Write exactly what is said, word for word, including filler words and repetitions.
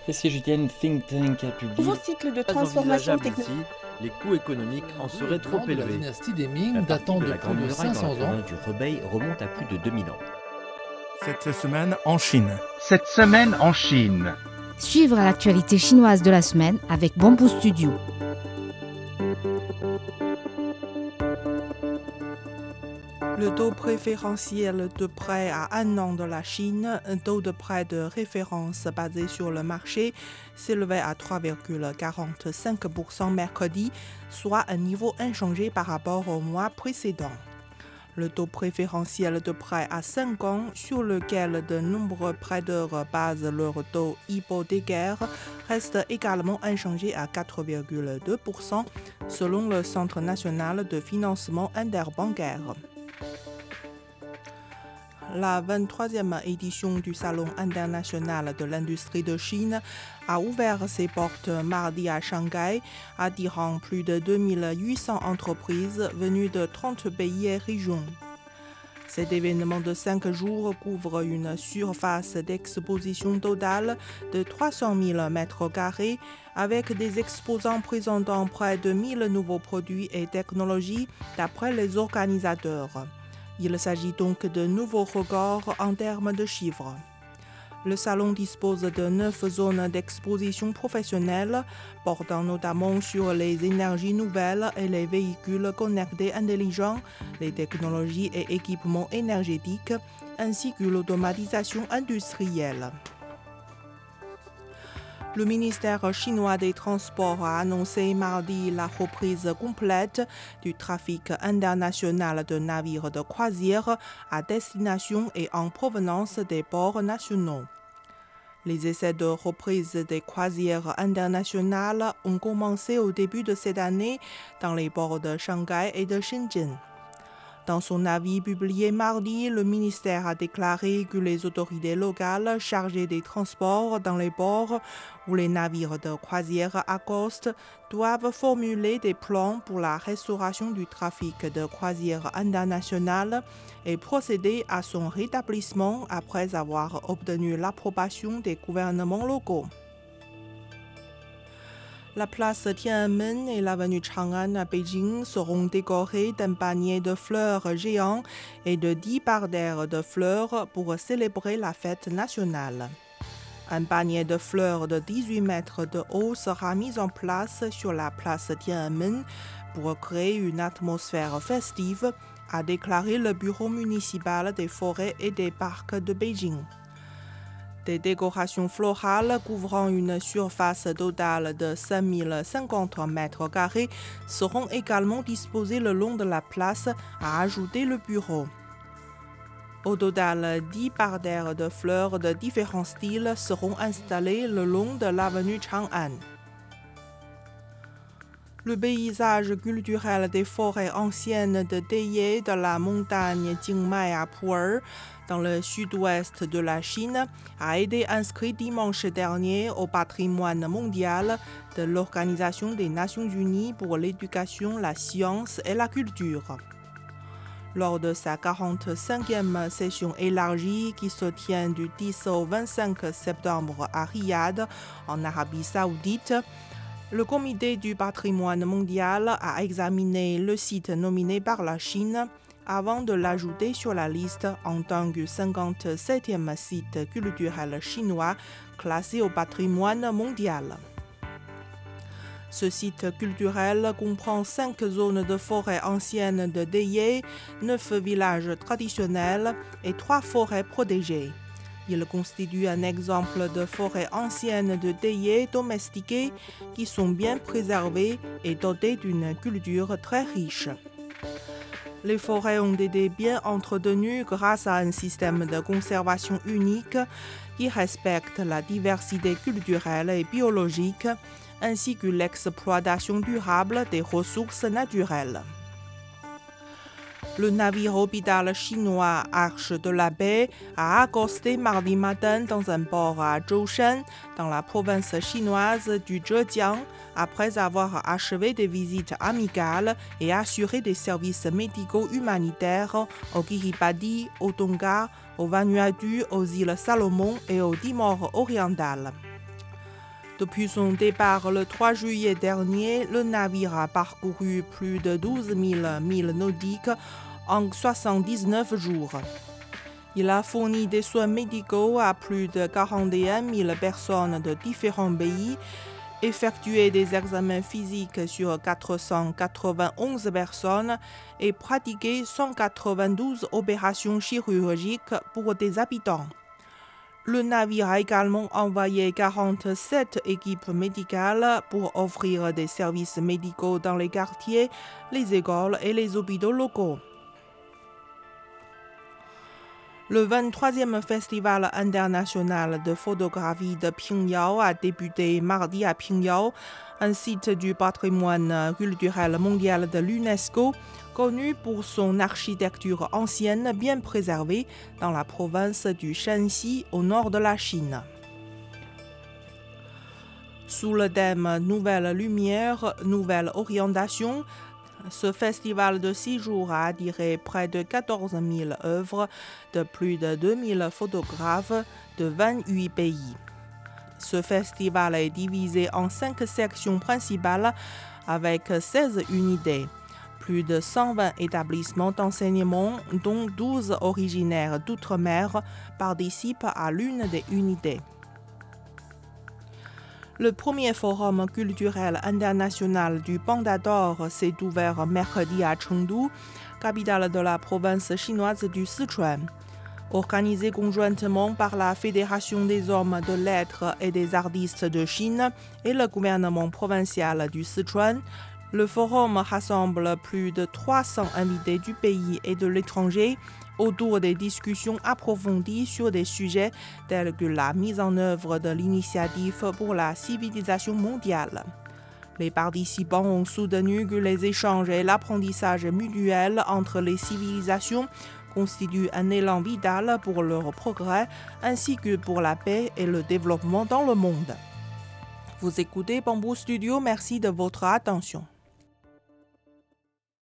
Et si je tiens think tank a publié Nouveau cycle de Pas transformation envisageable technologique. ici, les coûts économiques en seraient trop de la élevés. dynastie des La Ming partie datant de de la plus Grande de Muraille dans cinq cents la ans. province du Hebei remonte à plus de deux mille ans. Cette semaine en Chine. Cette semaine en Chine. Suivre l'actualité chinoise de la semaine avec Bamboo Studio. Le taux préférentiel de prêt à un an de la Chine, un taux de prêt de référence basé sur le marché, s'élevait à trois virgule quarante-cinq pour cent mercredi, soit un niveau inchangé par rapport au mois précédent. Le taux préférentiel de prêt à cinq ans, sur lequel de nombreux prêteurs basent leur taux hypothécaire, reste également inchangé à quatre virgule deux pour cent selon le Centre national de financement interbancaire. La vingt-troisième édition du Salon international de l'industrie de Chine a ouvert ses portes mardi à Shanghai, attirant plus de deux mille huit cents entreprises venues de trente pays et régions. Cet événement de cinq jours couvre une surface d'exposition totale de trois cent mille mètres carrés avec des exposants présentant près de mille nouveaux produits et technologies d'après les organisateurs. Il s'agit donc de nouveaux records en termes de chiffres. Le salon dispose de neuf zones d'exposition professionnelles, portant notamment sur les énergies nouvelles et les véhicules connectés intelligents, les technologies et équipements énergétiques, ainsi que l'automatisation industrielle. Le ministère chinois des Transports a annoncé mardi la reprise complète du trafic international de navires de croisière à destination et en provenance des ports nationaux. Les essais de reprise des croisières internationales ont commencé au début de cette année dans les ports de Shanghai et de Shenzhen. Dans son avis publié mardi, le ministère a déclaré que les autorités locales chargées des transports dans les ports où les navires de croisière accostent doivent formuler des plans pour la restauration du trafic de croisière internationale et procéder à son rétablissement après avoir obtenu l'approbation des gouvernements locaux. La place Tiananmen et l'avenue Chang'an à Beijing seront décorées d'un panier de fleurs géant et de dix parterres de fleurs pour célébrer la fête nationale. Un panier de fleurs de dix-huit mètres de haut sera mis en place sur la place Tiananmen pour créer une atmosphère festive, a déclaré le bureau municipal des forêts et des parcs de Beijing. Des décorations florales couvrant une surface totale de cinq mille cinquante mètres carrés seront également disposées le long de la place, a ajouté le bureau. Au total, dix parterres de fleurs de différents styles seront installés le long de l'avenue Chang'an. Le paysage culturel des forêts anciennes de Deyé de la montagne Jingmai à Pu'er, dans le sud-ouest de la Chine, a été inscrit dimanche dernier au patrimoine mondial de l'Organisation des Nations Unies pour l'éducation, la science et la culture. Lors de sa quarante-cinquième session élargie qui se tient du dix au vingt-cinq septembre à Riyad, en Arabie Saoudite, le Comité du patrimoine mondial a examiné le site nominé par la Chine avant de l'ajouter sur la liste en tant que cinquante-septième site culturel chinois classé au patrimoine mondial. Ce site culturel comprend cinq zones de forêts anciennes de Deyé, neuf villages traditionnels et trois forêts protégées. Il constitue un exemple de forêts anciennes de Deyé domestiquées qui sont bien préservées et dotées d'une culture très riche. Les forêts ont été bien entretenues grâce à un système de conservation unique qui respecte la diversité culturelle et biologique, ainsi que l'exploitation durable des ressources naturelles. Le navire hôpital chinois Arche de la Paix a accosté mardi matin dans un port à Zhoushan, dans la province chinoise du Zhejiang, après avoir achevé des visites amicales et assuré des services médicaux humanitaires au Kiribati, au Tonga, au Vanuatu, aux îles Salomon et au Timor oriental. Depuis son départ le trois juillet dernier, le navire a parcouru plus de douze mille milles nautiques en soixante-dix-neuf jours. Il a fourni des soins médicaux à plus de quarante et un mille personnes de différents pays, effectué des examens physiques sur quatre cent quatre-vingt-onze personnes et pratiqué cent quatre-vingt-douze opérations chirurgiques pour des habitants. Le navire a également envoyé quarante-sept équipes médicales pour offrir des services médicaux dans les quartiers, les écoles et les hôpitaux locaux. Le vingt-troisième Festival international de photographie de Pingyao a débuté mardi à Pingyao, un site du patrimoine culturel mondial de l'UNESCO, connu pour son architecture ancienne bien préservée dans la province du Shanxi au nord de la Chine. Sous le thème « Nouvelle lumière, nouvelle orientation », ce festival de six jours a attiré près de quatorze mille œuvres de plus de deux mille photographes de vingt-huit pays. Ce festival est divisé en cinq sections principales avec seize unités. Plus de cent vingt établissements d'enseignement, dont douze originaires d'outre-mer, participent à l'une des unités. Le premier forum culturel international du Panda d'Or s'est ouvert mercredi à Chengdu, capitale de la province chinoise du Sichuan. Organisé conjointement par la Fédération des hommes de lettres et des artistes de Chine et le gouvernement provincial du Sichuan, le forum rassemble plus de trois cents invités du pays et de l'étranger autour des discussions approfondies sur des sujets tels que la mise en œuvre de l'initiative pour la civilisation mondiale. Les participants ont soutenu que les échanges et l'apprentissage mutuel entre les civilisations constituent un élan vital pour leur progrès ainsi que pour la paix et le développement dans le monde. Vous écoutez Bamboo Studio, merci de votre attention.